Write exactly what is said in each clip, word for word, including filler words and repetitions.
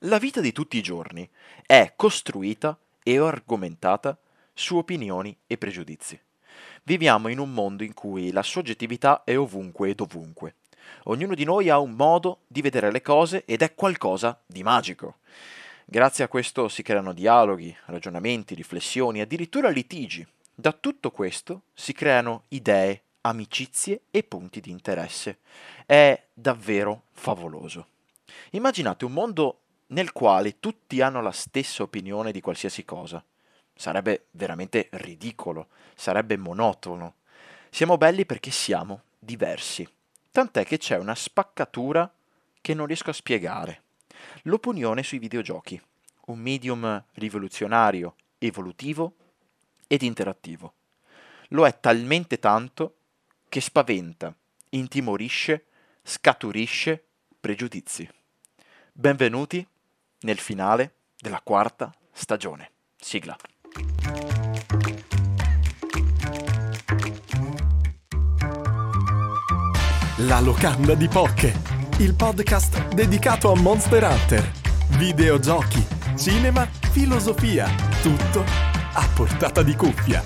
La vita di tutti i giorni è costruita e argomentata su opinioni e pregiudizi. Viviamo in un mondo in cui la soggettività è ovunque e dovunque. Ognuno di noi ha un modo di vedere le cose ed è qualcosa di magico. Grazie a questo si creano dialoghi, ragionamenti, riflessioni, addirittura litigi. Da tutto questo si creano idee, amicizie e punti di interesse. È davvero favoloso. Immaginate un mondo nel quale tutti hanno la stessa opinione di qualsiasi cosa. Sarebbe veramente ridicolo, sarebbe monotono. Siamo belli perché siamo diversi. Tant'è che c'è una spaccatura che non riesco a spiegare. L'opinione sui videogiochi, un medium rivoluzionario, evolutivo ed interattivo. Lo è talmente tanto che spaventa, intimorisce, scaturisce pregiudizi. Benvenuti nel finale della quarta stagione. Sigla. La locanda di Pokke, il podcast dedicato a Monster Hunter, videogiochi, cinema, filosofia, tutto a portata di cuffia.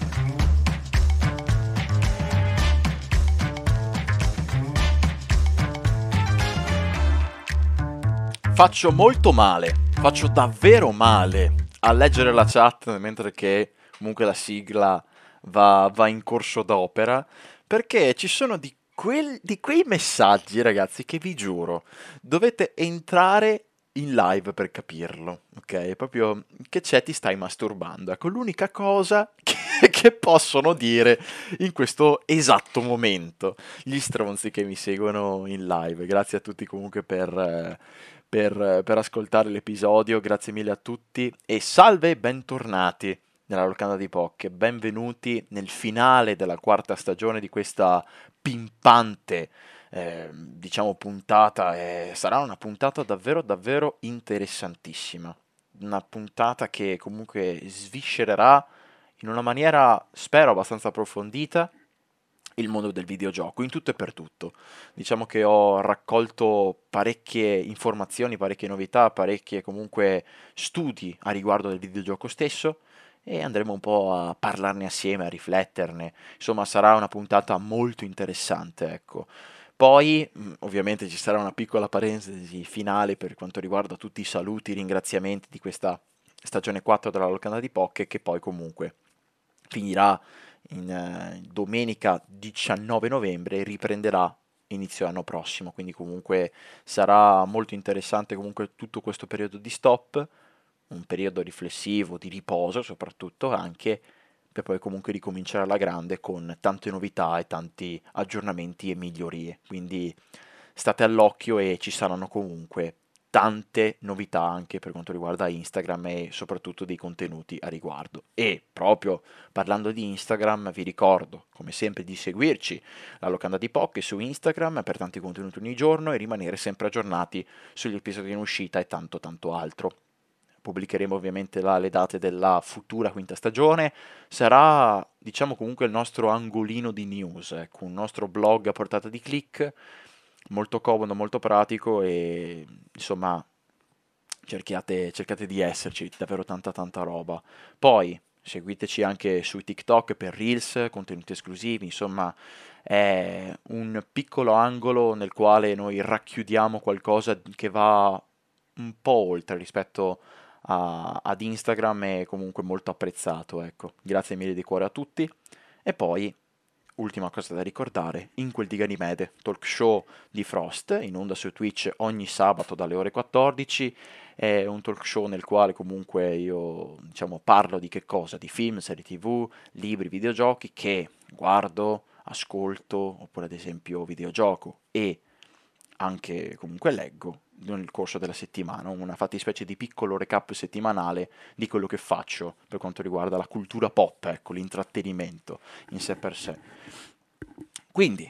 Faccio molto male, faccio davvero male a leggere la chat mentre che comunque la sigla va, va in corso d'opera, perché ci sono di, quel- di quei messaggi, ragazzi, che vi giuro, dovete entrare in live per capirlo, ok? Proprio che c'è, ti stai masturbando. Ecco, l'unica cosa che, che possono dire in questo esatto momento gli stronzi che mi seguono in live. Grazie a tutti comunque per, eh, per, per ascoltare l'episodio, grazie mille a tutti e salve e bentornati nella locanda di Pokke, benvenuti nel finale della quarta stagione di questa pimpante eh, diciamo puntata. Eh, sarà una puntata davvero davvero interessantissima, una puntata che comunque sviscererà in una maniera spero abbastanza approfondita il mondo del videogioco in tutto e per tutto. Diciamo che ho raccolto parecchie informazioni, parecchie novità, parecchie comunque studi a riguardo del videogioco stesso e andremo un po' a parlarne assieme, a rifletterne. Insomma, sarà una puntata molto interessante, ecco. Poi, mh, ovviamente, ci sarà una piccola parentesi finale per quanto riguarda tutti i saluti, i ringraziamenti di questa stagione quattro della locanda di Pokke, che poi comunque finirà in eh, domenica diciannove novembre e riprenderà inizio anno prossimo, quindi comunque sarà molto interessante comunque tutto questo periodo di stop, un periodo riflessivo, di riposo soprattutto anche, per poi comunque ricominciare alla grande con tante novità e tanti aggiornamenti e migliorie, quindi state all'occhio e ci saranno comunque tante novità anche per quanto riguarda Instagram e soprattutto dei contenuti a riguardo. E proprio parlando di Instagram, vi ricordo come sempre di seguirci la locanda di Pokke su Instagram per tanti contenuti ogni giorno e rimanere sempre aggiornati sugli episodi in uscita e tanto tanto altro. Pubblicheremo ovviamente là le date della futura quinta stagione. Sarà, diciamo, comunque il nostro angolino di news, ecco, un nostro blog a portata di click, molto comodo, molto pratico e insomma cerchiate, cercate di esserci, davvero tanta tanta roba. Poi seguiteci anche su TikTok per Reels, contenuti esclusivi, insomma è un piccolo angolo nel quale noi racchiudiamo qualcosa che va un po' oltre rispetto a- ad Instagram e comunque molto apprezzato, ecco. Grazie mille di cuore a tutti. E poi, ultima cosa da ricordare, in quel di Ganimede, talk show di Frost, in onda su Twitch ogni sabato dalle ore quattordici, è un talk show nel quale comunque io, diciamo, parlo di che cosa? Di film, serie T V, libri, videogiochi che guardo, ascolto, oppure ad esempio videogioco e anche comunque leggo nel corso della settimana, una fattispecie di piccolo recap settimanale di quello che faccio per quanto riguarda la cultura pop, ecco, l'intrattenimento in sé per sé. Quindi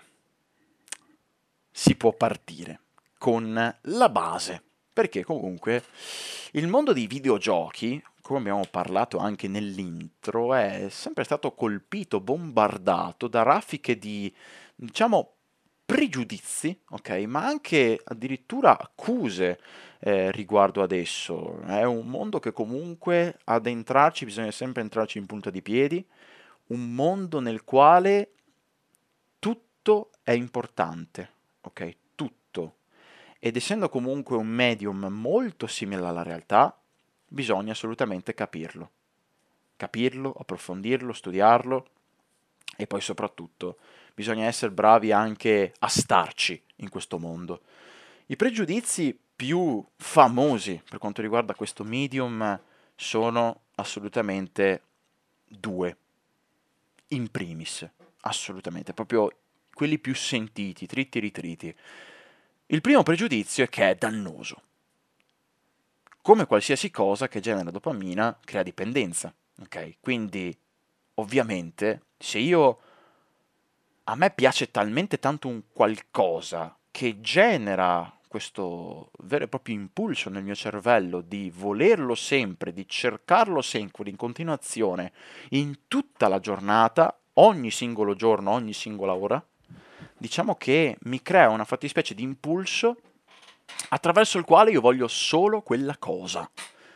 si può partire con la base, perché comunque il mondo dei videogiochi, come abbiamo parlato anche nell'intro, è sempre stato colpito, bombardato da raffiche di, diciamo, pregiudizi, ok? Ma anche addirittura accuse eh, riguardo ad esso. È un mondo che comunque ad entrarci bisogna sempre entrarci in punta di piedi, un mondo nel quale tutto è importante, ok? Tutto. Ed essendo comunque un medium molto simile alla realtà, bisogna assolutamente capirlo. Capirlo, approfondirlo, studiarlo e poi soprattutto bisogna essere bravi anche a starci in questo mondo. I pregiudizi più famosi per quanto riguarda questo medium sono assolutamente due. In primis, assolutamente, proprio quelli più sentiti, dritti e ritriti. Il primo pregiudizio è che è dannoso. Come qualsiasi cosa che genera dopamina, crea dipendenza, ok? Quindi, ovviamente, se io a me piace talmente tanto un qualcosa che genera questo vero e proprio impulso nel mio cervello di volerlo sempre, di cercarlo sempre in continuazione, in tutta la giornata, ogni singolo giorno, ogni singola ora, diciamo che mi crea una fattispecie di impulso attraverso il quale io voglio solo quella cosa.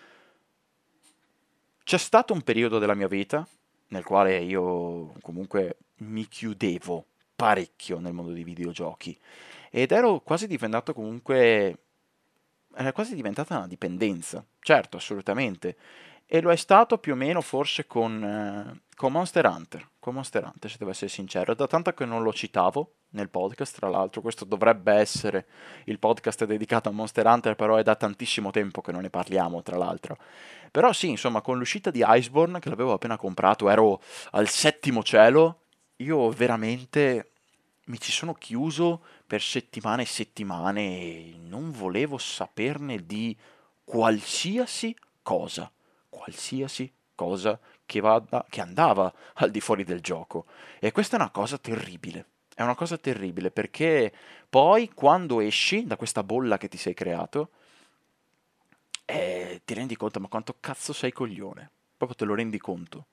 C'è stato un periodo della mia vita nel quale io comunque mi chiudevo parecchio nel mondo dei videogiochi ed ero quasi diventato comunque era quasi diventata una dipendenza. Certo, assolutamente. E lo è stato più o meno forse con, eh, con Monster Hunter. Con Monster Hunter, se devo essere sincero. È da tanto che non lo citavo nel podcast, tra l'altro. Questo dovrebbe essere il podcast dedicato a Monster Hunter, però è da tantissimo tempo che non ne parliamo, tra l'altro. Però sì, insomma, con l'uscita di Iceborne, che l'avevo appena comprato, ero al settimo cielo. Io veramente mi ci sono chiuso per settimane e settimane e non volevo saperne di qualsiasi cosa, qualsiasi cosa che vada, che andava al di fuori del gioco. E questa è una cosa terribile. È una cosa terribile perché poi quando esci da questa bolla che ti sei creato, eh, ti rendi conto, ma quanto cazzo sei coglione. Proprio te lo rendi conto.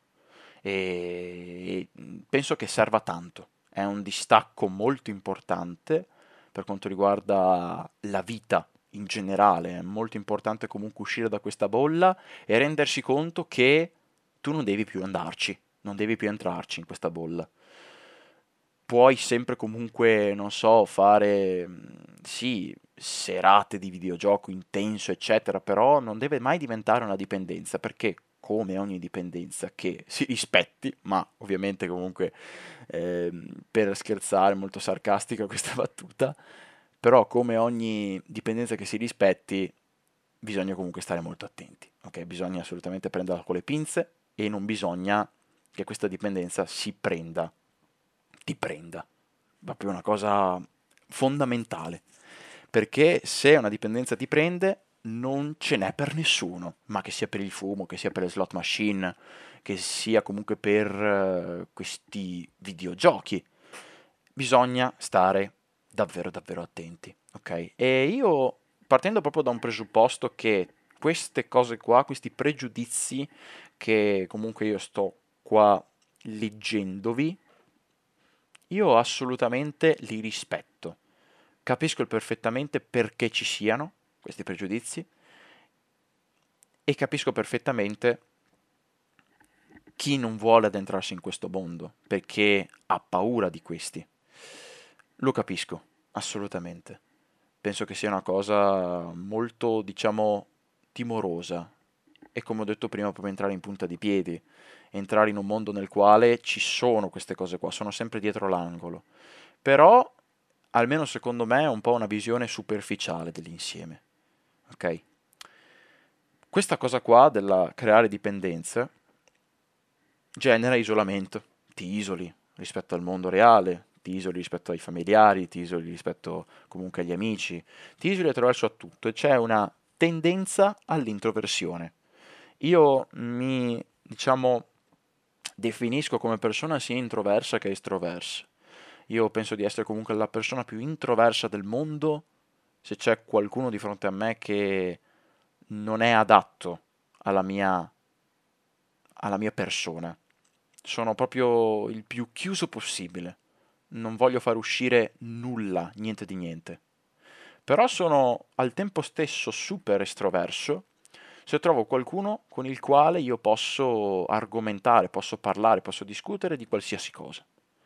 E e penso che serva tanto. È un distacco molto importante per quanto riguarda la vita in generale. È molto importante comunque uscire da questa bolla e rendersi conto che tu non devi più andarci, non devi più entrarci in questa bolla. Puoi sempre comunque, non so, fare, mh, sì, serate di videogioco intenso, eccetera, però non deve mai diventare una dipendenza, perché come ogni dipendenza che si rispetti, ma ovviamente comunque ehm, per scherzare, molto sarcastica questa battuta, però come ogni dipendenza che si rispetti, bisogna comunque stare molto attenti, ok? Bisogna assolutamente prenderla con le pinze e non bisogna che questa dipendenza si prenda ti prenda. Proprio una cosa fondamentale. Perché se una dipendenza ti prende, non ce n'è per nessuno, ma che sia per il fumo, che sia per le slot machine, che sia comunque per eh, questi videogiochi. Bisogna stare davvero davvero attenti, ok? E io partendo proprio da un presupposto che queste cose qua, questi pregiudizi che comunque io sto qua leggendovi, io assolutamente li rispetto. Capisco perfettamente perché ci siano questi pregiudizi e capisco perfettamente chi non vuole addentrarsi in questo mondo perché ha paura di questi. Lo capisco, assolutamente. Penso che sia una cosa molto, diciamo, timorosa e come ho detto prima, proprio entrare in punta di piedi, entrare in un mondo nel quale ci sono queste cose qua, sono sempre dietro l'angolo. Però, almeno secondo me, è un po' una visione superficiale dell'insieme, ok? Questa cosa qua della creare dipendenze genera isolamento, ti isoli rispetto al mondo reale, ti isoli rispetto ai familiari, ti isoli rispetto comunque agli amici, ti isoli attraverso a tutto e c'è una tendenza all'introversione. Io mi, diciamo, definisco come persona sia introversa che estroversa. Io penso di essere comunque la persona più introversa del mondo se c'è qualcuno di fronte a me che non è adatto alla mia, alla mia persona. Sono proprio il più chiuso possibile. non voglio far uscire nulla, niente di niente. Però sono al tempo stesso super estroverso se trovo qualcuno con il quale io posso argomentare, posso parlare, posso discutere di qualsiasi cosa.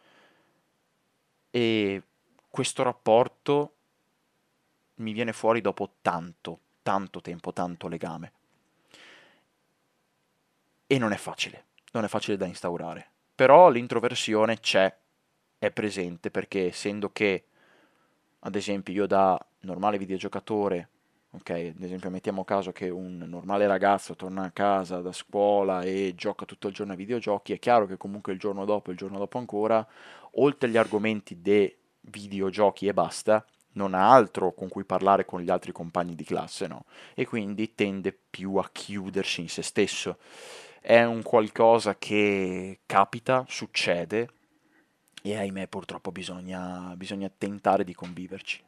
E questo rapporto mi viene fuori dopo tanto, tanto tempo, tanto legame. E non è facile, non è facile da instaurare. Però l'introversione c'è, è presente, perché essendo che, ad esempio, io da normale videogiocatore, ok, ad esempio mettiamo caso che un normale ragazzo torna a casa da scuola e gioca tutto il giorno ai videogiochi, è chiaro che comunque il giorno dopo e il giorno dopo ancora, oltre agli argomenti dei videogiochi e basta, non ha altro con cui parlare con gli altri compagni di classe, no? E quindi tende più a chiudersi in se stesso. È un qualcosa che capita, succede, e ahimè purtroppo bisogna, bisogna tentare di conviverci.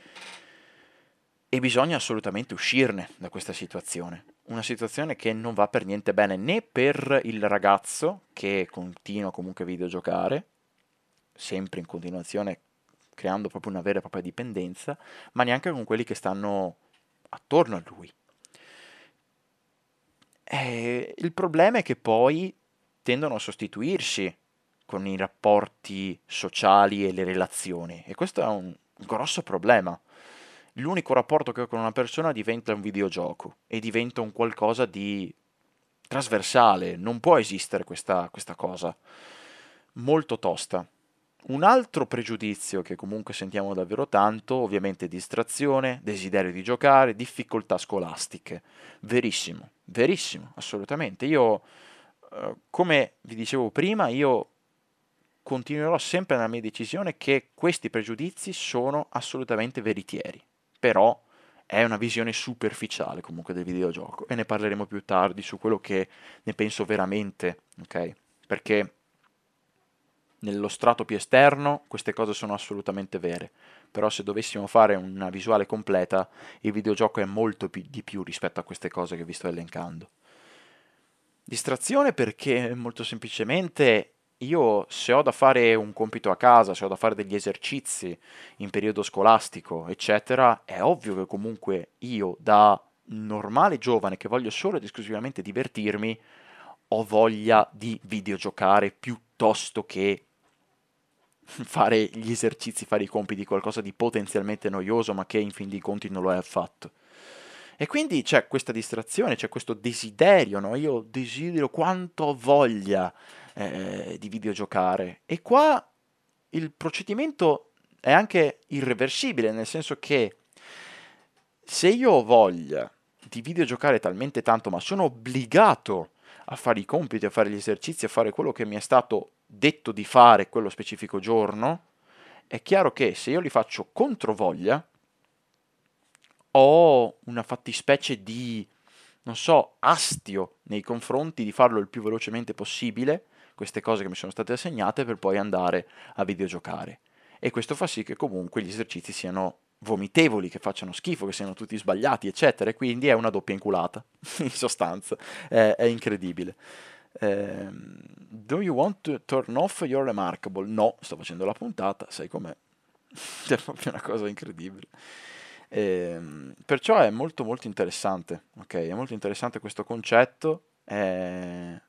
E bisogna assolutamente uscirne da questa situazione. Una situazione che non va per niente bene né per il ragazzo che continua comunque a videogiocare, sempre in continuazione creando proprio una vera e propria dipendenza, ma neanche con quelli che stanno attorno a lui. E il problema è che poi tendono a sostituirsi con i rapporti sociali e le relazioni, e questo è un grosso problema. L'unico rapporto che ho con una persona diventa un videogioco e diventa un qualcosa di trasversale, non può esistere questa, questa cosa. Molto tosta. Un altro pregiudizio che comunque sentiamo davvero tanto, ovviamente distrazione, desiderio di giocare, difficoltà scolastiche. Verissimo, verissimo, assolutamente. Io, eh, come vi dicevo prima, io continuerò sempre nella mia decisione che questi pregiudizi sono assolutamente veritieri. Però è una visione superficiale comunque del videogioco e ne parleremo più tardi su quello che ne penso veramente, ok? Perché nello strato più esterno queste cose sono assolutamente vere, però se dovessimo fare una visuale completa, il videogioco è molto pi- di più rispetto a queste cose che vi sto elencando. Distrazione perché molto semplicemente io se ho da fare un compito a casa, se ho da fare degli esercizi in periodo scolastico, eccetera, è ovvio che comunque io da normale giovane che voglio solo ed esclusivamente divertirmi, ho voglia di videogiocare piuttosto che fare gli esercizi, fare i compiti, qualcosa di potenzialmente noioso, ma che in fin dei conti non lo è affatto. E quindi c'è questa distrazione, c'è questo desiderio, no? Io desidero quanto ho voglia eh, di videogiocare. E qua il procedimento è anche irreversibile, nel senso che se io ho voglia di videogiocare talmente tanto, ma sono obbligato a fare i compiti, a fare gli esercizi, a fare quello che mi è stato detto di fare quello specifico giorno, è chiaro che se io li faccio contro voglia, ho una fattispecie di, non so, astio nei confronti di farlo il più velocemente possibile, queste cose che mi sono state assegnate, per poi andare a videogiocare. E questo fa sì che comunque gli esercizi siano vomitevoli, che facciano schifo, che siano tutti sbagliati, eccetera, e quindi è una doppia inculata, in sostanza, è, è incredibile. Ehm, do you want to turn off your remarkable? No, sto facendo la puntata, sai com'è? È proprio una cosa incredibile. Ehm, perciò è molto molto interessante, ok? È molto interessante questo concetto, è,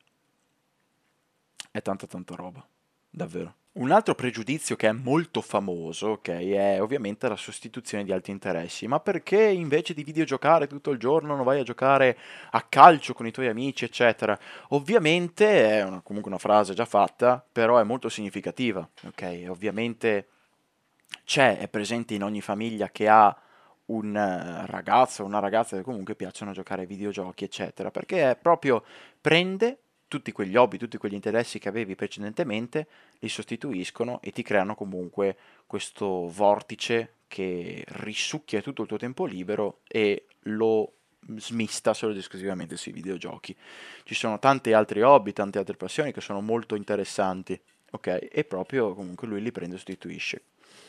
è tanta tanta roba, davvero. Un altro pregiudizio che è molto famoso, ok, è ovviamente la sostituzione di altri interessi. Ma perché invece di videogiocare tutto il giorno non vai a giocare a calcio con i tuoi amici, eccetera? Ovviamente è una- comunque una frase già fatta, però è molto significativa, ok? Ovviamente c'è, è presente in ogni famiglia che ha un eh, ragazzo o una ragazza che comunque piacciono giocare ai videogiochi, eccetera, perché è proprio prende tutti quegli hobby, tutti quegli interessi che avevi precedentemente, li sostituiscono e ti creano comunque questo vortice che risucchia tutto il tuo tempo libero e lo smista solo ed esclusivamente sui videogiochi. Ci sono tanti altri hobby, tante altre passioni che sono molto interessanti, ok? E proprio comunque lui li prende e sostituisce.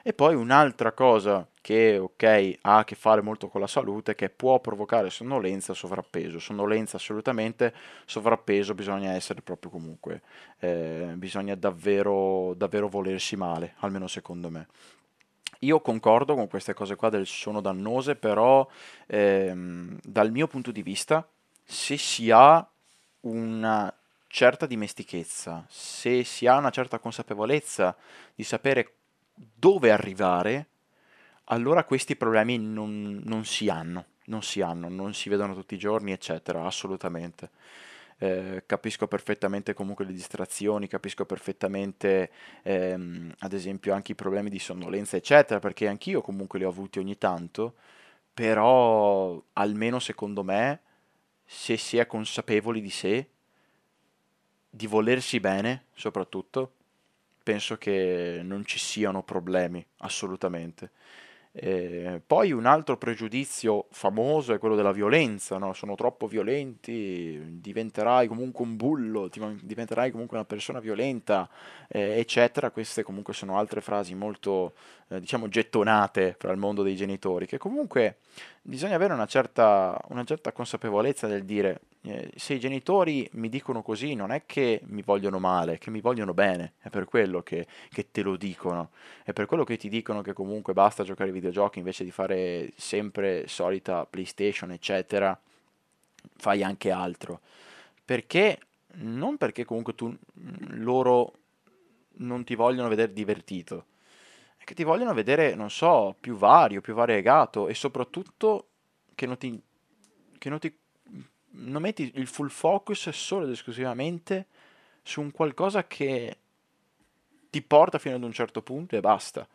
E poi un'altra cosa che, ok, ha a che fare molto con la salute, che può provocare sonnolenza, sovrappeso. Sonnolenza assolutamente, sovrappeso bisogna essere proprio comunque, eh, bisogna davvero, davvero volersi male, almeno secondo me. Io concordo con queste cose qua del sono dannose, però ehm, dal mio punto di vista, se si ha una certa dimestichezza, se si ha una certa consapevolezza di sapere dove arrivare, allora questi problemi non, non si hanno, non si hanno, non si vedono tutti i giorni, eccetera, assolutamente. Eh, capisco perfettamente comunque le distrazioni, capisco perfettamente ehm, ad esempio anche i problemi di sonnolenza, eccetera, perché anch'io comunque li ho avuti ogni tanto, però almeno secondo me, se si è consapevoli di sé, di volersi bene, soprattutto, penso che non ci siano problemi, assolutamente. Eh, poi un altro pregiudizio famoso è quello della violenza, no? Sono troppo violenti, diventerai comunque un bullo, ti- diventerai comunque una persona violenta, eh, eccetera. Queste comunque sono altre frasi molto, eh, diciamo, gettonate fra il mondo dei genitori, che comunque bisogna avere una certa, una certa consapevolezza del dire, eh, se i genitori mi dicono così, non è che mi vogliono male, è che mi vogliono bene, è per quello che, che te lo dicono, è per quello che ti dicono che comunque basta giocare ai videogiochi invece di fare sempre solita PlayStation, eccetera, fai anche altro. Perché? Non perché comunque tu, loro non ti vogliono vedere divertito, è che ti vogliono vedere, non so, più vario, più variegato e soprattutto che non ti, che non ti, non metti il full focus solo ed esclusivamente su un qualcosa che ti porta fino ad un certo punto e basta.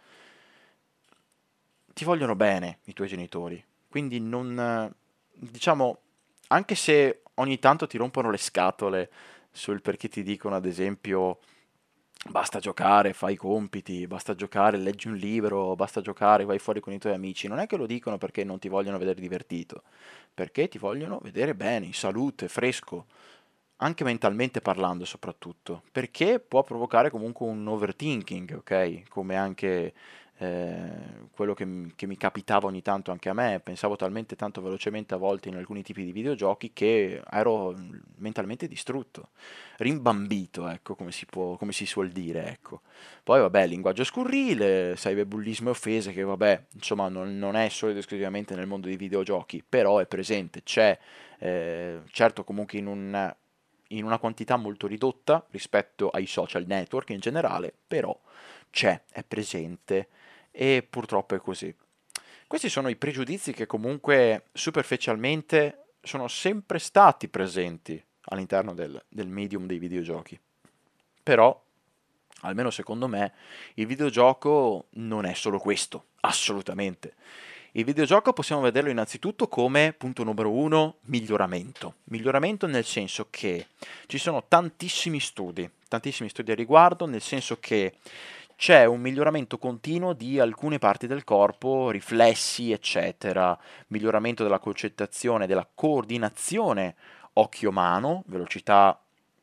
Ti vogliono bene i tuoi genitori, quindi non, eh, diciamo, anche se ogni tanto ti rompono le scatole sul perché ti dicono, ad esempio, basta giocare, fai i compiti, basta giocare, leggi un libro, basta giocare, vai fuori con i tuoi amici. Non è che lo dicono perché non ti vogliono vedere divertito, perché ti vogliono vedere bene, in salute, fresco, anche mentalmente parlando soprattutto, perché può provocare comunque un overthinking, ok? Come anche eh, quello che, m- che mi capitava ogni tanto anche a me, pensavo talmente tanto velocemente a volte in alcuni tipi di videogiochi che ero mm, mentalmente distrutto, rimbambito, ecco, come si può, come si suol dire, ecco. Poi vabbè, linguaggio scurrile, cyberbullismo e offese, che vabbè, insomma, non, non è solo ed esclusivamente nel mondo dei videogiochi, però è presente, c'è, eh, certo comunque in un in una quantità molto ridotta rispetto ai social network in generale, però c'è, è presente e purtroppo è così. Questi sono i pregiudizi che comunque superficialmente sono sempre stati presenti all'interno del, del medium dei videogiochi. Però, almeno secondo me, il videogioco non è solo questo, assolutamente. Il videogioco possiamo vederlo innanzitutto come, punto numero uno, miglioramento. Miglioramento nel senso che ci sono tantissimi studi, tantissimi studi a riguardo, nel senso che c'è un miglioramento continuo di alcune parti del corpo, riflessi, eccetera, miglioramento della concentrazione, della coordinazione occhio-mano, velocità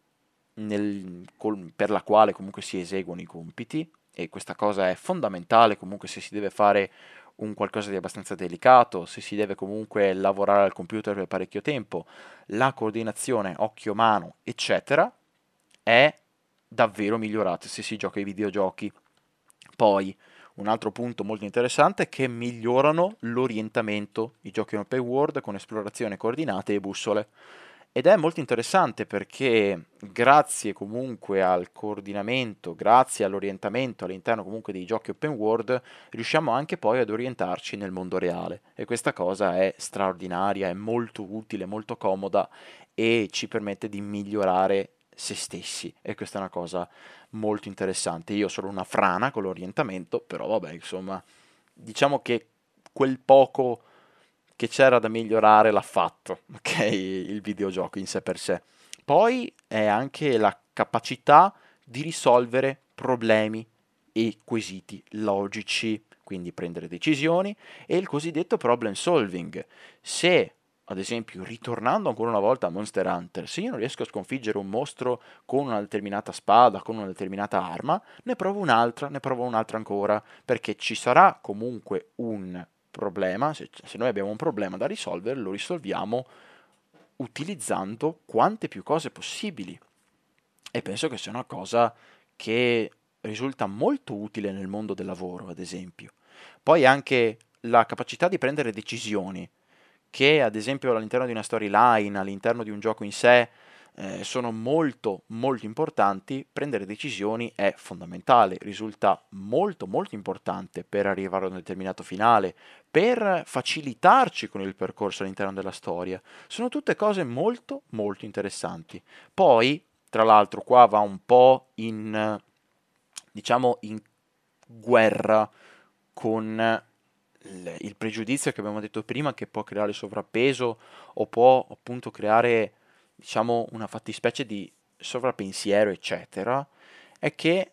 nel- col- per la quale comunque si eseguono i compiti e questa cosa è fondamentale comunque se si deve fare un qualcosa di abbastanza delicato, se si deve comunque lavorare al computer per parecchio tempo, la coordinazione occhio-mano, eccetera, è davvero migliorata se si gioca ai videogiochi. Poi, un altro punto molto interessante è che migliorano l'orientamento, i giochi open world con esplorazione coordinate e bussole. Ed è molto interessante perché grazie comunque al coordinamento, grazie all'orientamento all'interno comunque dei giochi open world, riusciamo anche poi ad orientarci nel mondo reale. E questa cosa è straordinaria, è molto utile, molto comoda e ci permette di migliorare se stessi. E questa è una cosa molto interessante. Io sono una frana con l'orientamento, però vabbè, insomma, diciamo che quel poco che c'era da migliorare l'ha fatto, ok? Il videogioco in sé per sé. Poi è anche la capacità di risolvere problemi e quesiti logici, quindi prendere decisioni, e il cosiddetto problem solving. Se ad esempio, ritornando ancora una volta a Monster Hunter, se io non riesco a sconfiggere un mostro con una determinata spada, con una determinata arma, ne provo un'altra, ne provo un'altra ancora, perché ci sarà comunque un problema, se, se noi abbiamo un problema da risolvere, lo risolviamo utilizzando quante più cose possibili. E penso che sia una cosa che risulta molto utile nel mondo del lavoro, ad esempio. Poi anche la capacità di prendere decisioni, che ad esempio all'interno di una storyline, all'interno di un gioco in sé, eh, sono molto molto importanti. Prendere decisioni è fondamentale, risulta molto molto importante per arrivare a un determinato finale, per facilitarci con il percorso all'interno della storia. Sono tutte cose molto molto interessanti. Poi, tra l'altro, qua va un po' in, diciamo, in guerra con il, il pregiudizio che abbiamo detto prima, che può creare sovrappeso o può appunto creare, diciamo, una fattispecie di sovrappensiero, eccetera, è che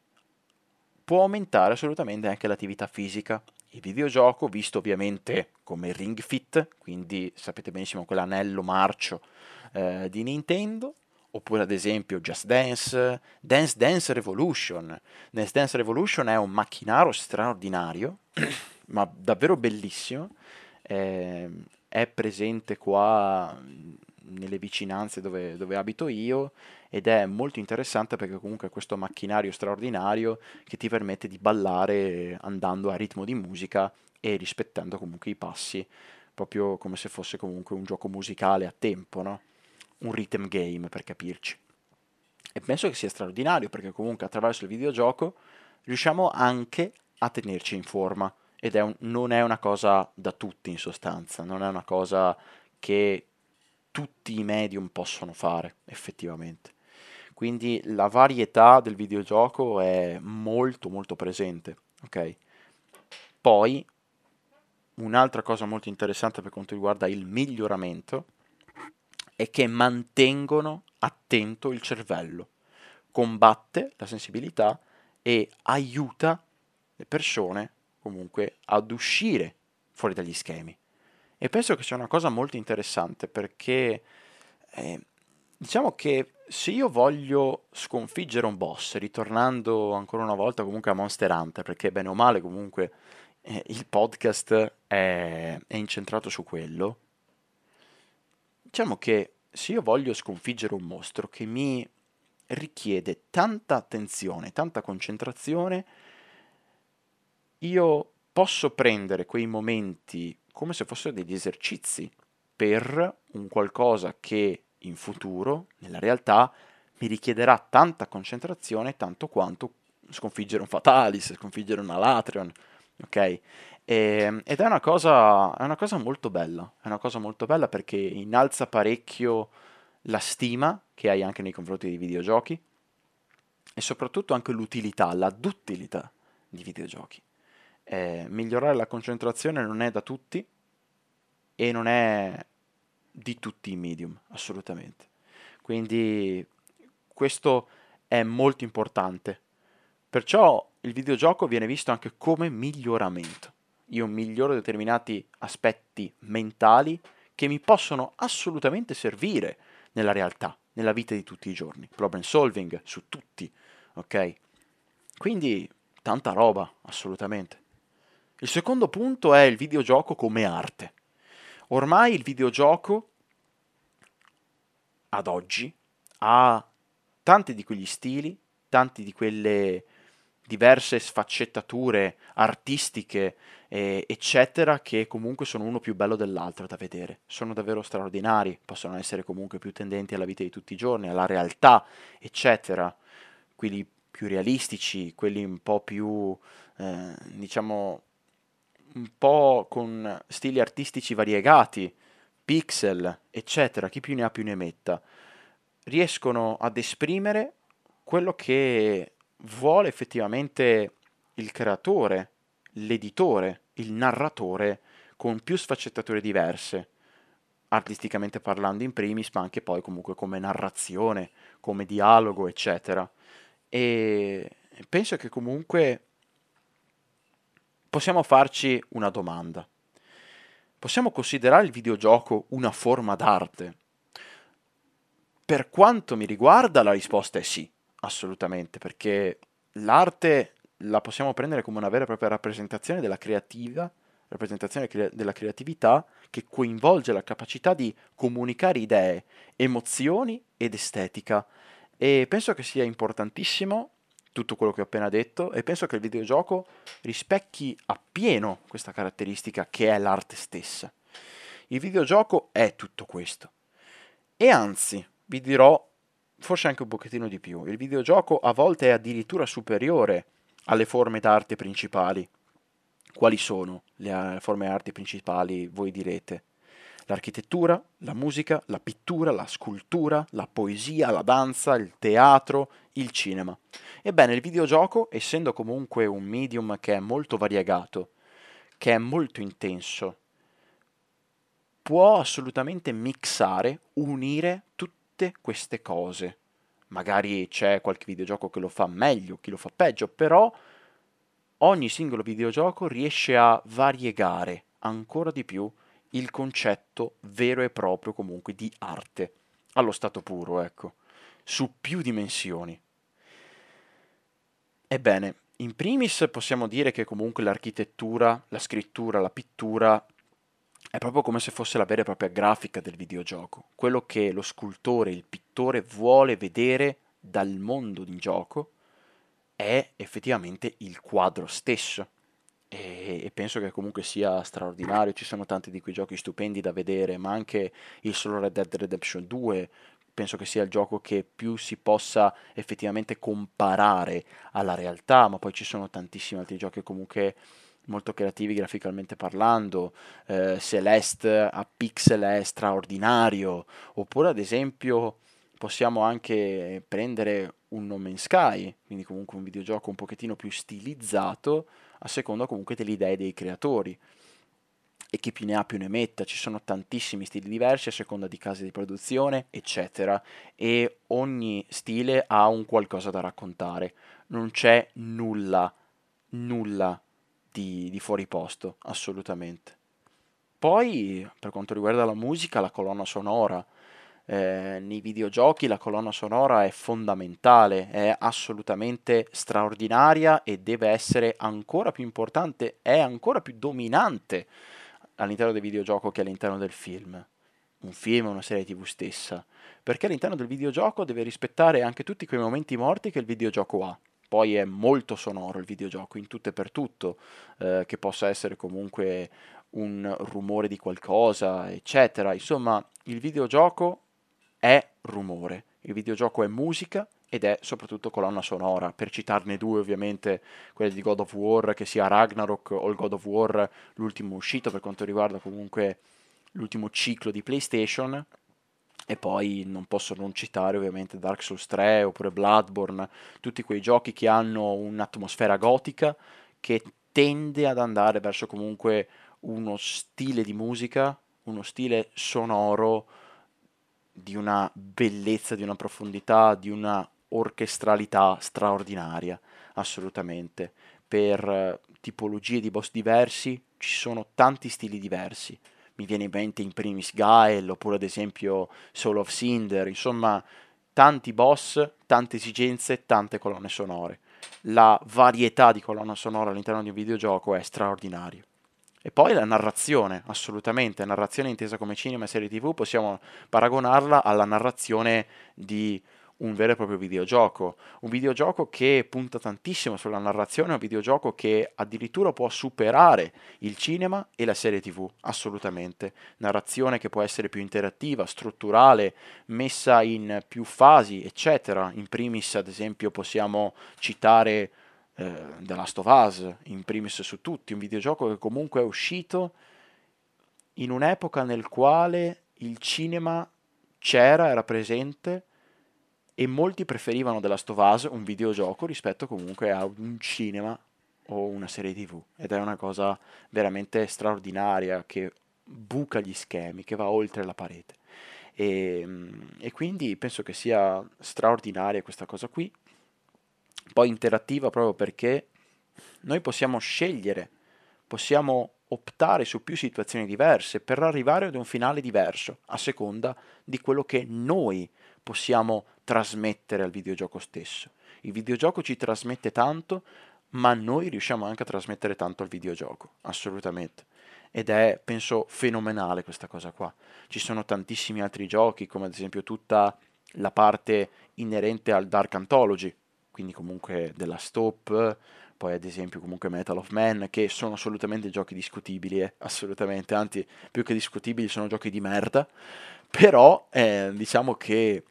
può aumentare assolutamente anche l'attività fisica. Il videogioco, visto ovviamente come Ring Fit, quindi sapete benissimo quell'anello marcio eh, di Nintendo, oppure ad esempio Just Dance, Dance Dance Revolution. Dance Dance Revolution è un macchinaro straordinario, ma davvero bellissimo. Eh, è presente qua mh, nelle vicinanze dove, dove abito io ed è molto interessante perché comunque è questo macchinario straordinario che ti permette di ballare andando a ritmo di musica e rispettando comunque i passi, proprio come se fosse comunque un gioco musicale a tempo, no? Un rhythm game per capirci. E penso che sia straordinario perché comunque attraverso il videogioco riusciamo anche a tenerci in forma ed è un- non è una cosa da tutti in sostanza, non è una cosa che tutti i medium possono fare effettivamente. Quindi la varietà del videogioco è molto molto presente, ok? Poi un'altra cosa molto interessante per quanto riguarda il miglioramento è che mantengono attento il cervello, combatte la sensibilità e aiuta le persone comunque ad uscire fuori dagli schemi. E penso che sia una cosa molto interessante perché eh, diciamo che se io voglio sconfiggere un boss, ritornando ancora una volta comunque a Monster Hunter, perché bene o male comunque eh, il podcast è, è incentrato su quello, diciamo che se io voglio sconfiggere un mostro che mi richiede tanta attenzione, tanta concentrazione, io posso prendere quei momenti come se fossero degli esercizi per un qualcosa che in futuro, nella realtà, mi richiederà tanta concentrazione tanto quanto sconfiggere un Fatalis, sconfiggere una Latrion, ok? E- ed è una cosa, è una cosa molto bella, è una cosa molto bella perché innalza parecchio la stima che hai anche nei confronti dei videogiochi e soprattutto anche l'utilità, la duttilità di videogiochi. Eh, migliorare la concentrazione non è da tutti e non è di tutti i medium, assolutamente. Quindi questo è molto importante. Perciò il videogioco viene visto anche come miglioramento. Io miglioro determinati aspetti mentali che mi possono assolutamente servire nella realtà, nella vita di tutti i giorni. Problem solving su tutti, ok? Quindi tanta roba, assolutamente. Il secondo punto è il videogioco come arte. Ormai il videogioco, ad oggi, ha tanti di quegli stili, tanti di quelle diverse sfaccettature artistiche, eh, eccetera, che comunque sono uno più bello dell'altro da vedere. Sono davvero straordinari, possono essere comunque più tendenti alla vita di tutti i giorni, alla realtà, eccetera. Quelli più realistici, quelli un po' più, eh, diciamo, un po' con stili artistici variegati, pixel, eccetera, chi più ne ha più ne metta, riescono ad esprimere quello che vuole effettivamente il creatore, l'editore, il narratore, con più sfaccettature diverse, artisticamente parlando in primis, ma anche poi comunque come narrazione, come dialogo, eccetera. E penso che comunque possiamo farci una domanda. possiamo considerare il videogioco una forma d'arte? Per quanto mi riguarda, la risposta è sì, assolutamente, perché l'arte la possiamo prendere come una vera e propria rappresentazione della creativa, rappresentazione crea- della creatività che coinvolge la capacità di comunicare idee, emozioni ed estetica. E penso che sia importantissimo tutto quello che ho appena detto e penso che il videogioco rispecchi appieno questa caratteristica che è l'arte stessa. Il videogioco è tutto questo. E anzi, vi dirò forse anche un pochettino di più. Il videogioco a volte è addirittura superiore alle forme d'arte principali. Quali sono le eh, forme d'arte principali, voi direte? L'architettura, la musica, la pittura, la scultura, la poesia, la danza, il teatro, il cinema. Ebbene, il videogioco, essendo comunque un medium che è molto variegato, che è molto intenso, può assolutamente mixare, unire tutte queste cose. Magari c'è qualche videogioco che lo fa meglio, chi lo fa peggio, però ogni singolo videogioco riesce a variegare ancora di più il concetto vero e proprio comunque di arte, allo stato puro, ecco, su più dimensioni. Ebbene, in primis possiamo dire che comunque l'architettura, la scrittura, la pittura è proprio come se fosse la vera e propria grafica del videogioco, quello che lo scultore, il pittore vuole vedere dal mondo in gioco è effettivamente il quadro stesso. E, e penso che comunque sia straordinario, ci sono tanti di quei giochi stupendi da vedere, ma anche il solo Red Dead Redemption due penso che sia il gioco che più si possa effettivamente comparare alla realtà, ma poi ci sono tantissimi altri giochi comunque molto creativi graficamente parlando, eh, Celeste a pixel è straordinario, oppure ad esempio possiamo anche prendere un No Man's Sky, quindi comunque un videogioco un pochettino più stilizzato a seconda comunque delle idee dei creatori. E chi più ne ha più ne metta, ci sono tantissimi stili diversi a seconda di case di produzione, eccetera, e ogni stile ha un qualcosa da raccontare, non c'è nulla, nulla di, di fuori posto, assolutamente. Poi, per quanto riguarda la musica, la colonna sonora, eh, nei videogiochi la colonna sonora è fondamentale, è assolutamente straordinaria e deve essere ancora più importante, è ancora più dominante all'interno del videogioco che all'interno del film. Un film o una serie ti vu stessa, perché all'interno del videogioco deve rispettare anche tutti quei momenti morti che il videogioco ha. Poi è molto sonoro il videogioco, in tutto e per tutto, eh, che possa essere comunque un rumore di qualcosa, eccetera. Insomma, il videogioco è rumore, il videogioco è musica ed è soprattutto colonna sonora. Per citarne due, ovviamente, quelle di God of War, che sia Ragnarok o il God of War, l'ultimo uscito per quanto riguarda comunque l'ultimo ciclo di PlayStation. E poi non posso non citare ovviamente Dark Souls tre oppure Bloodborne, tutti quei giochi che hanno un'atmosfera gotica che tende ad andare verso comunque uno stile di musica, uno stile sonoro di una bellezza, di una profondità, di una orchestralità straordinaria, assolutamente. Per eh, tipologie di boss diversi ci sono tanti stili diversi. Mi viene in mente in primis Gael, oppure ad esempio Soul of Cinder, insomma, tanti boss, tante esigenze, tante colonne sonore. La varietà di colonna sonora all'interno di un videogioco è straordinaria. E poi la narrazione, assolutamente, narrazione intesa come cinema e serie ti vu, possiamo paragonarla alla narrazione di un vero e proprio videogioco. Un videogioco che punta tantissimo sulla narrazione, un videogioco che addirittura può superare il cinema e la serie ti vu, assolutamente. Narrazione che può essere più interattiva, strutturale, messa in più fasi, eccetera. In primis, ad esempio, possiamo citare eh, The Last of Us, in primis su tutti, un videogioco che comunque è uscito in un'epoca nel quale il cinema c'era, era presente e molti preferivano The Last of Us, un videogioco, rispetto comunque a un cinema o una serie ti vu. Ed è una cosa veramente straordinaria che buca gli schemi, che va oltre la parete. E, e quindi penso che sia straordinaria questa cosa qui. Poi interattiva proprio perché noi possiamo scegliere, possiamo optare su più situazioni diverse per arrivare ad un finale diverso, a seconda di quello che noi possiamo trasmettere al videogioco stesso. Il videogioco ci trasmette tanto, ma noi riusciamo anche a trasmettere tanto al videogioco, assolutamente. Ed è, penso, fenomenale questa cosa qua. Ci sono tantissimi altri giochi, come ad esempio tutta la parte inerente al Dark Anthology, quindi comunque della Stop, poi ad esempio comunque Metal of Man, che sono assolutamente giochi discutibili, eh, assolutamente, anzi più che discutibili sono giochi di merda, però eh, diciamo che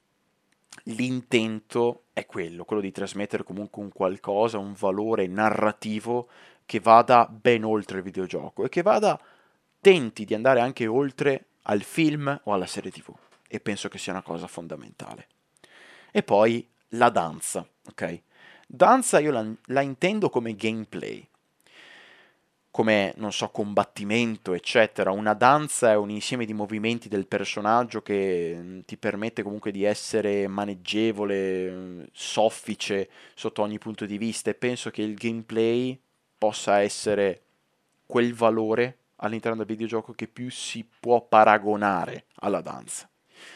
l'intento è quello, quello di trasmettere comunque un qualcosa, un valore narrativo che vada ben oltre il videogioco e che vada, tenti di andare anche oltre al film o alla serie T V. E penso che sia una cosa fondamentale. E poi la danza, ok? Danza io la, la intendo come gameplay, come, non so, combattimento, eccetera. Una danza è un insieme di movimenti del personaggio che mm, ti permette comunque di essere maneggevole, mm, soffice sotto ogni punto di vista e penso che il gameplay possa essere quel valore all'interno del videogioco che più si può paragonare alla danza.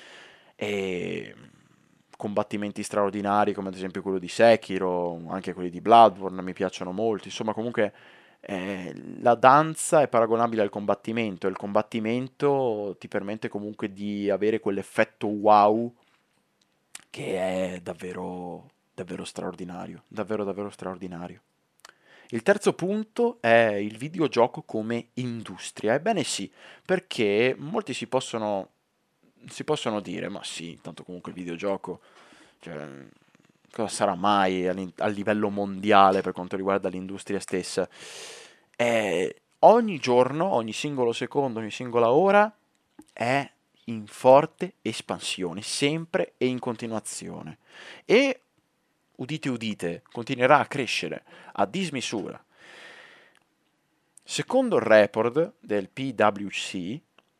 E combattimenti straordinari come ad esempio quello di Sekiro, anche quelli di Bloodborne mi piacciono molto, insomma comunque eh, la danza è paragonabile al combattimento e il combattimento ti permette comunque di avere quell'effetto wow che è davvero, davvero straordinario, davvero davvero straordinario. Il terzo punto è il videogioco come industria. Ebbene sì, perché molti si possono, si possono dire, ma sì, tanto comunque il videogioco, cioè, cosa sarà mai all'in- a livello mondiale per quanto riguarda l'industria stessa? Eh, ogni giorno, ogni singolo secondo, ogni singola ora è in forte espansione, sempre e in continuazione. E udite udite, continuerà a crescere a dismisura. Secondo il report del P W C,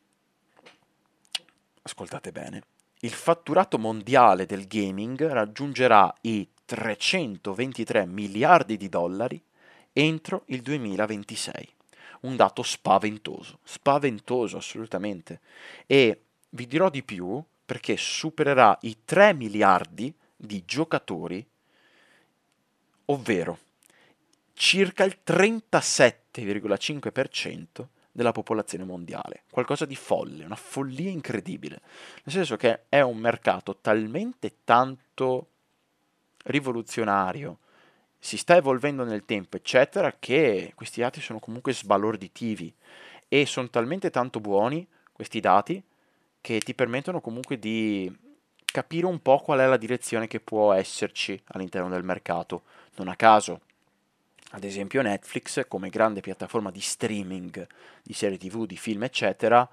ascoltate bene, il fatturato mondiale del gaming raggiungerà i trecentoventitré miliardi di dollari entro il duemilaventisei. Un dato spaventoso, spaventoso assolutamente. E vi dirò di più perché supererà i tre miliardi di giocatori, ovvero circa il trentasette virgola cinque per cento della popolazione mondiale. Qualcosa di folle, una follia incredibile. Nel senso che è un mercato talmente tanto rivoluzionario, si sta evolvendo nel tempo, eccetera, che questi dati sono comunque sbalorditivi e sono talmente tanto buoni questi dati che ti permettono comunque di capire un po' qual è la direzione che può esserci all'interno del mercato. Non a caso, ad esempio Netflix, come grande piattaforma di streaming di serie T V, di film, eccetera,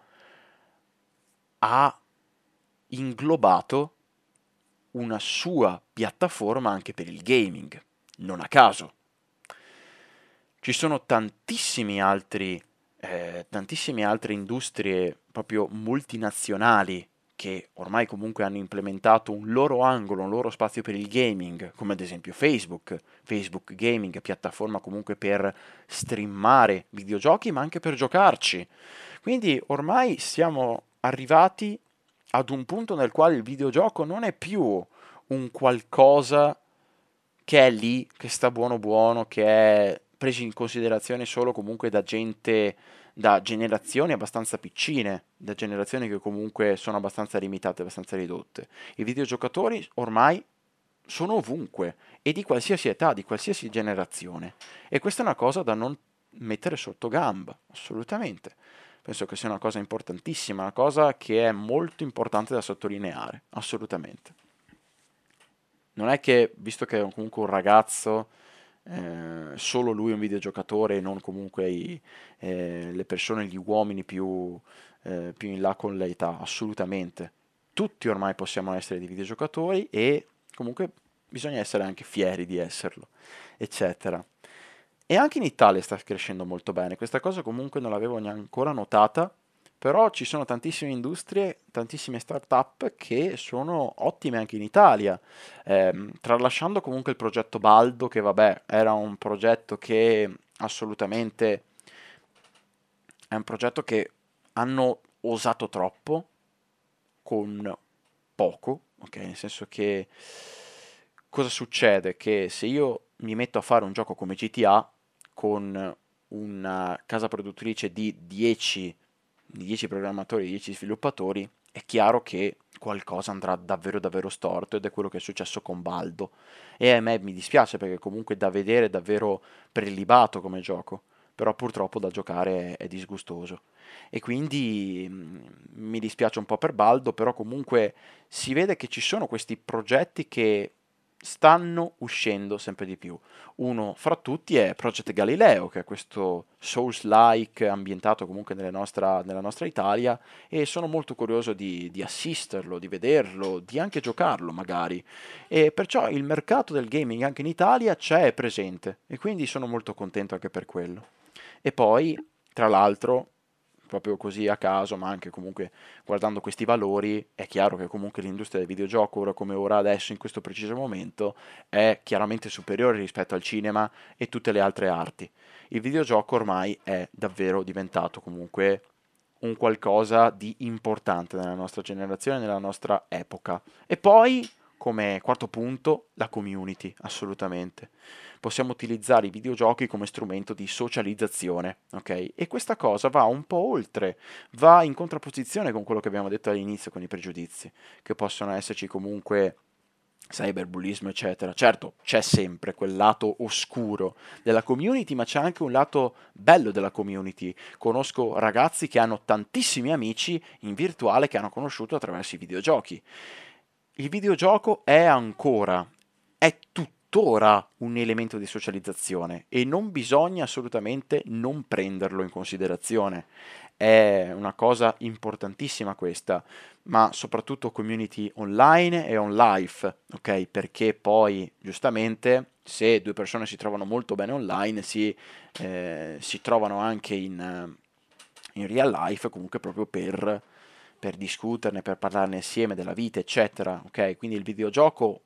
ha inglobato una sua piattaforma anche per il gaming. Non a caso. Ci sono tantissimi altri, eh, tantissime altre industrie proprio multinazionali che ormai comunque hanno implementato un loro angolo, un loro spazio per il gaming, come ad esempio Facebook, Facebook Gaming, piattaforma comunque per streamare videogiochi, ma anche per giocarci. Quindi ormai siamo arrivati ad un punto nel quale il videogioco non è più un qualcosa che è lì, che sta buono buono, che è preso in considerazione solo comunque da gente, da generazioni abbastanza piccine, da generazioni che comunque sono abbastanza limitate, abbastanza ridotte. I videogiocatori ormai sono ovunque e di qualsiasi età, di qualsiasi generazione. E questa è una cosa da non mettere sotto gamba, assolutamente. Penso che sia una cosa importantissima, una cosa che è molto importante da sottolineare, assolutamente. Non è che, visto che è comunque un ragazzo, eh, solo lui è un videogiocatore e non comunque i- eh, le persone, gli uomini più, eh, più in là con l'età, assolutamente. Tutti ormai possiamo essere dei videogiocatori e comunque bisogna essere anche fieri di esserlo, eccetera. E anche in Italia sta crescendo molto bene, questa cosa comunque non l'avevo neanche ancora notata, però ci sono tantissime industrie, tantissime start-up che sono ottime anche in Italia. Ehm, tralasciando comunque il progetto Baldo, che vabbè, era un progetto che assolutamente è un progetto che hanno osato troppo con poco, ok? Nel senso che cosa succede? Che se io mi metto a fare un gioco come G T A con una casa produttrice di dieci, di dieci programmatori, dieci sviluppatori, è chiaro che qualcosa andrà davvero davvero storto ed è quello che è successo con Baldo. E a me mi dispiace perché comunque da vedere è davvero prelibato come gioco, però purtroppo da giocare è, è disgustoso. E quindi mh, mi dispiace un po' per Baldo, però comunque si vede che ci sono questi progetti che stanno uscendo sempre di più. Uno fra tutti è Project Galileo, che è questo Souls-like ambientato comunque nelle nostra- nella nostra Italia, e sono molto curioso di, di assisterlo, di vederlo, di anche giocarlo magari. E perciò il mercato del gaming anche in Italia c'è, è presente, e quindi sono molto contento anche per quello. E poi, tra l'altro, proprio così a caso, ma anche comunque guardando questi valori, è chiaro che comunque l'industria del videogioco, ora come ora adesso, in questo preciso momento, è chiaramente superiore rispetto al cinema e tutte le altre arti. Il videogioco ormai è davvero diventato comunque un qualcosa di importante nella nostra generazione, nella nostra epoca. E poi, come quarto punto, la community, assolutamente. Possiamo utilizzare i videogiochi come strumento di socializzazione, ok? E questa cosa va un po' oltre, va in contrapposizione con quello che abbiamo detto all'inizio con i pregiudizi, che possono esserci comunque cyberbullismo, eccetera. Certo, c'è sempre quel lato oscuro della community, ma c'è anche un lato bello della community. Conosco ragazzi che hanno tantissimi amici in virtuale che hanno conosciuto attraverso i videogiochi. Il videogioco è ancora, è tuttora un elemento di socializzazione e non bisogna assolutamente non prenderlo in considerazione. È una cosa importantissima questa, ma soprattutto community online e on life, ok? Perché poi, giustamente, se due persone si trovano molto bene online, si, eh, si trovano anche in, eh, in real life comunque proprio per, per discuterne, per parlarne insieme della vita, eccetera, ok? Quindi il videogioco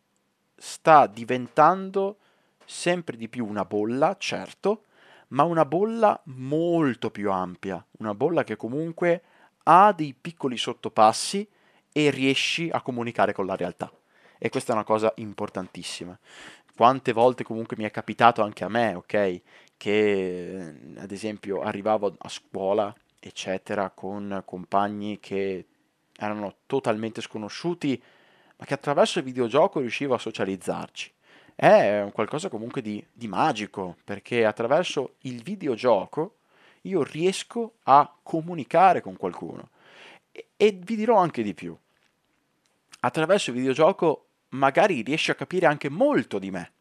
sta diventando sempre di più una bolla, certo, ma una bolla molto più ampia, una bolla che comunque ha dei piccoli sottopassi e riesci a comunicare con la realtà. E questa è una cosa importantissima. Quante volte comunque mi è capitato anche a me, ok, che eh, ad esempio arrivavo a scuola, eccetera, con compagni che erano totalmente sconosciuti, ma che attraverso il videogioco riuscivo a socializzarci. È un qualcosa comunque di, di magico, perché attraverso il videogioco io riesco a comunicare con qualcuno. E, e vi dirò anche di più. Attraverso il videogioco magari riesci a capire anche molto di me.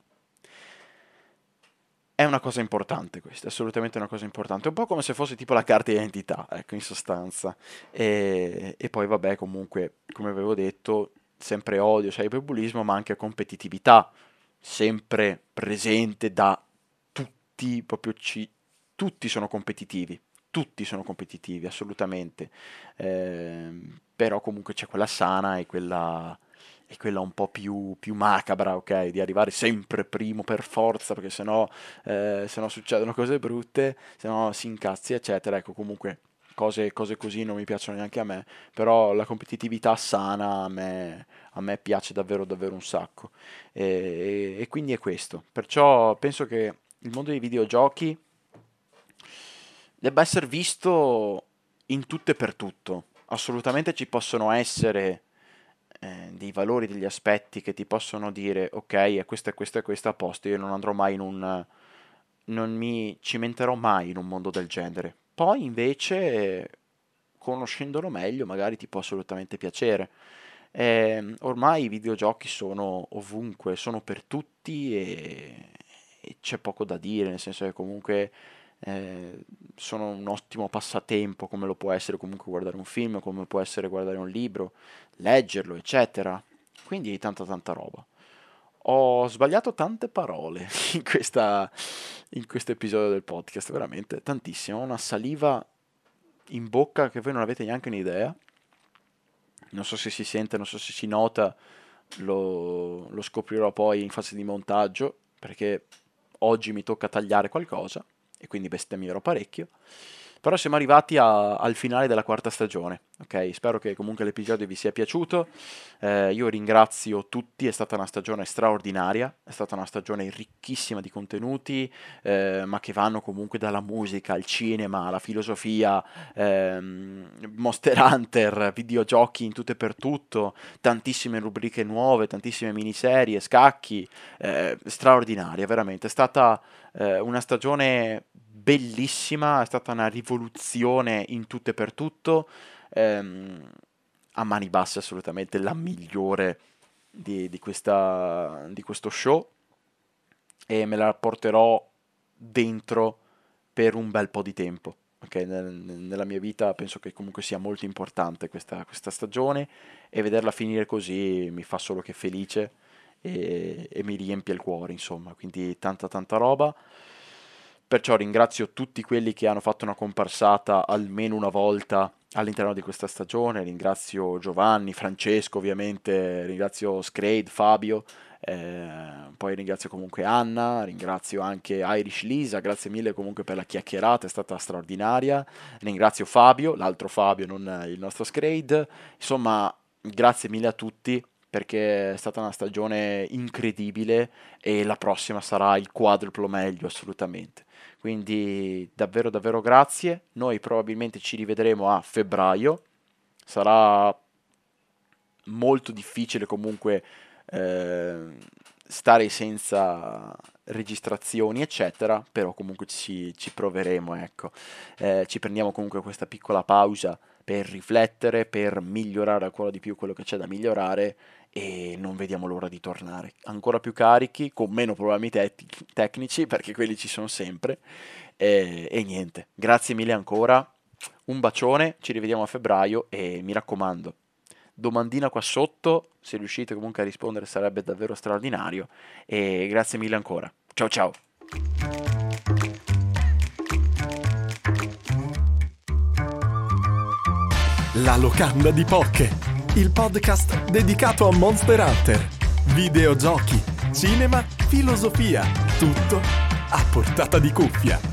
È una cosa importante questa, è assolutamente una cosa importante. È un po' come se fosse tipo la carta d'identità, ecco, in sostanza. E, e poi vabbè, comunque, come avevo detto, sempre odio, cyberbullismo, ma anche competitività, sempre presente da tutti, proprio ci, tutti sono competitivi, tutti sono competitivi, assolutamente. Ehm, però comunque c'è quella sana e quella, e quella un po' più, più macabra, ok? Di arrivare sempre primo per forza, perché sennò, eh, sennò succedono cose brutte, sennò si incazzi, eccetera. Ecco, comunque cose, cose così non mi piacciono neanche a me, però la competitività sana a me, a me piace davvero davvero un sacco. E, e quindi è questo. Perciò penso che il mondo dei videogiochi debba essere visto in tutto e per tutto. Assolutamente ci possono essere eh, dei valori, degli aspetti che ti possono dire, ok, è questo e questo e questo a posto, io non andrò mai in un... non mi cimenterò mai in un mondo del genere. Poi invece, conoscendolo meglio, magari ti può assolutamente piacere. Ehm, ormai i videogiochi sono ovunque, sono per tutti e, e c'è poco da dire, nel senso che comunque eh, sono un ottimo passatempo, come lo può essere comunque guardare un film, come può essere guardare un libro, leggerlo, eccetera. Quindi tanta tanta roba. Ho sbagliato tante parole in questa, in questo episodio del podcast, veramente tantissimo. Ho una saliva in bocca che voi non avete neanche un'idea. Non so se si sente, non so se si nota, lo, lo scoprirò poi in fase di montaggio, perché oggi mi tocca tagliare qualcosa e quindi bestemmierò parecchio. Però siamo arrivati a- al finale della quarta stagione, ok? Spero che comunque l'episodio vi sia piaciuto. Eh, io ringrazio tutti, è stata una stagione straordinaria, è stata una stagione ricchissima di contenuti, eh, ma che vanno comunque dalla musica, al cinema, alla filosofia, ehm, Monster Hunter, videogiochi in tutto e per tutto, tantissime rubriche nuove, tantissime miniserie, scacchi, eh, straordinaria, veramente. È stata eh, una stagione bellissima, è stata una rivoluzione in tutto e per tutto, ehm, a mani basse assolutamente la migliore di, di questa, di questo show, e me la porterò dentro per un bel po' di tempo. Ok, nel- nella mia vita penso che comunque sia molto importante questa, questa stagione, e vederla finire così mi fa solo che felice e, e mi riempie il cuore, insomma, quindi tanta tanta roba. Perciò ringrazio tutti quelli che hanno fatto una comparsata almeno una volta all'interno di questa stagione, ringrazio Giovanni, Francesco ovviamente, ringrazio Scrade, Fabio, eh, poi ringrazio comunque Anna, ringrazio anche Irish Lisa, grazie mille comunque per la chiacchierata, è stata straordinaria, ringrazio Fabio, l'altro Fabio, non il nostro Scrade, insomma grazie mille a tutti perché è stata una stagione incredibile e la prossima sarà il quadruplo meglio assolutamente. Quindi davvero davvero grazie. Noi probabilmente ci rivedremo a febbraio. Sarà molto difficile comunque eh, stare senza registrazioni, eccetera, però comunque ci, ci proveremo, ecco. Eh, ci prendiamo comunque questa piccola pausa per riflettere, per migliorare ancora di più quello che c'è da migliorare, e non vediamo l'ora di tornare ancora più carichi, con meno problemi tec- tecnici, perché quelli ci sono sempre. E, e niente, grazie mille ancora, un bacione, ci rivediamo a febbraio e mi raccomando, domandina qua sotto, se riuscite comunque a rispondere sarebbe davvero straordinario, e grazie mille ancora. Ciao ciao! La locanda di Pokke, il podcast dedicato a Monster Hunter. Videogiochi, cinema, filosofia, tutto a portata di cuffia.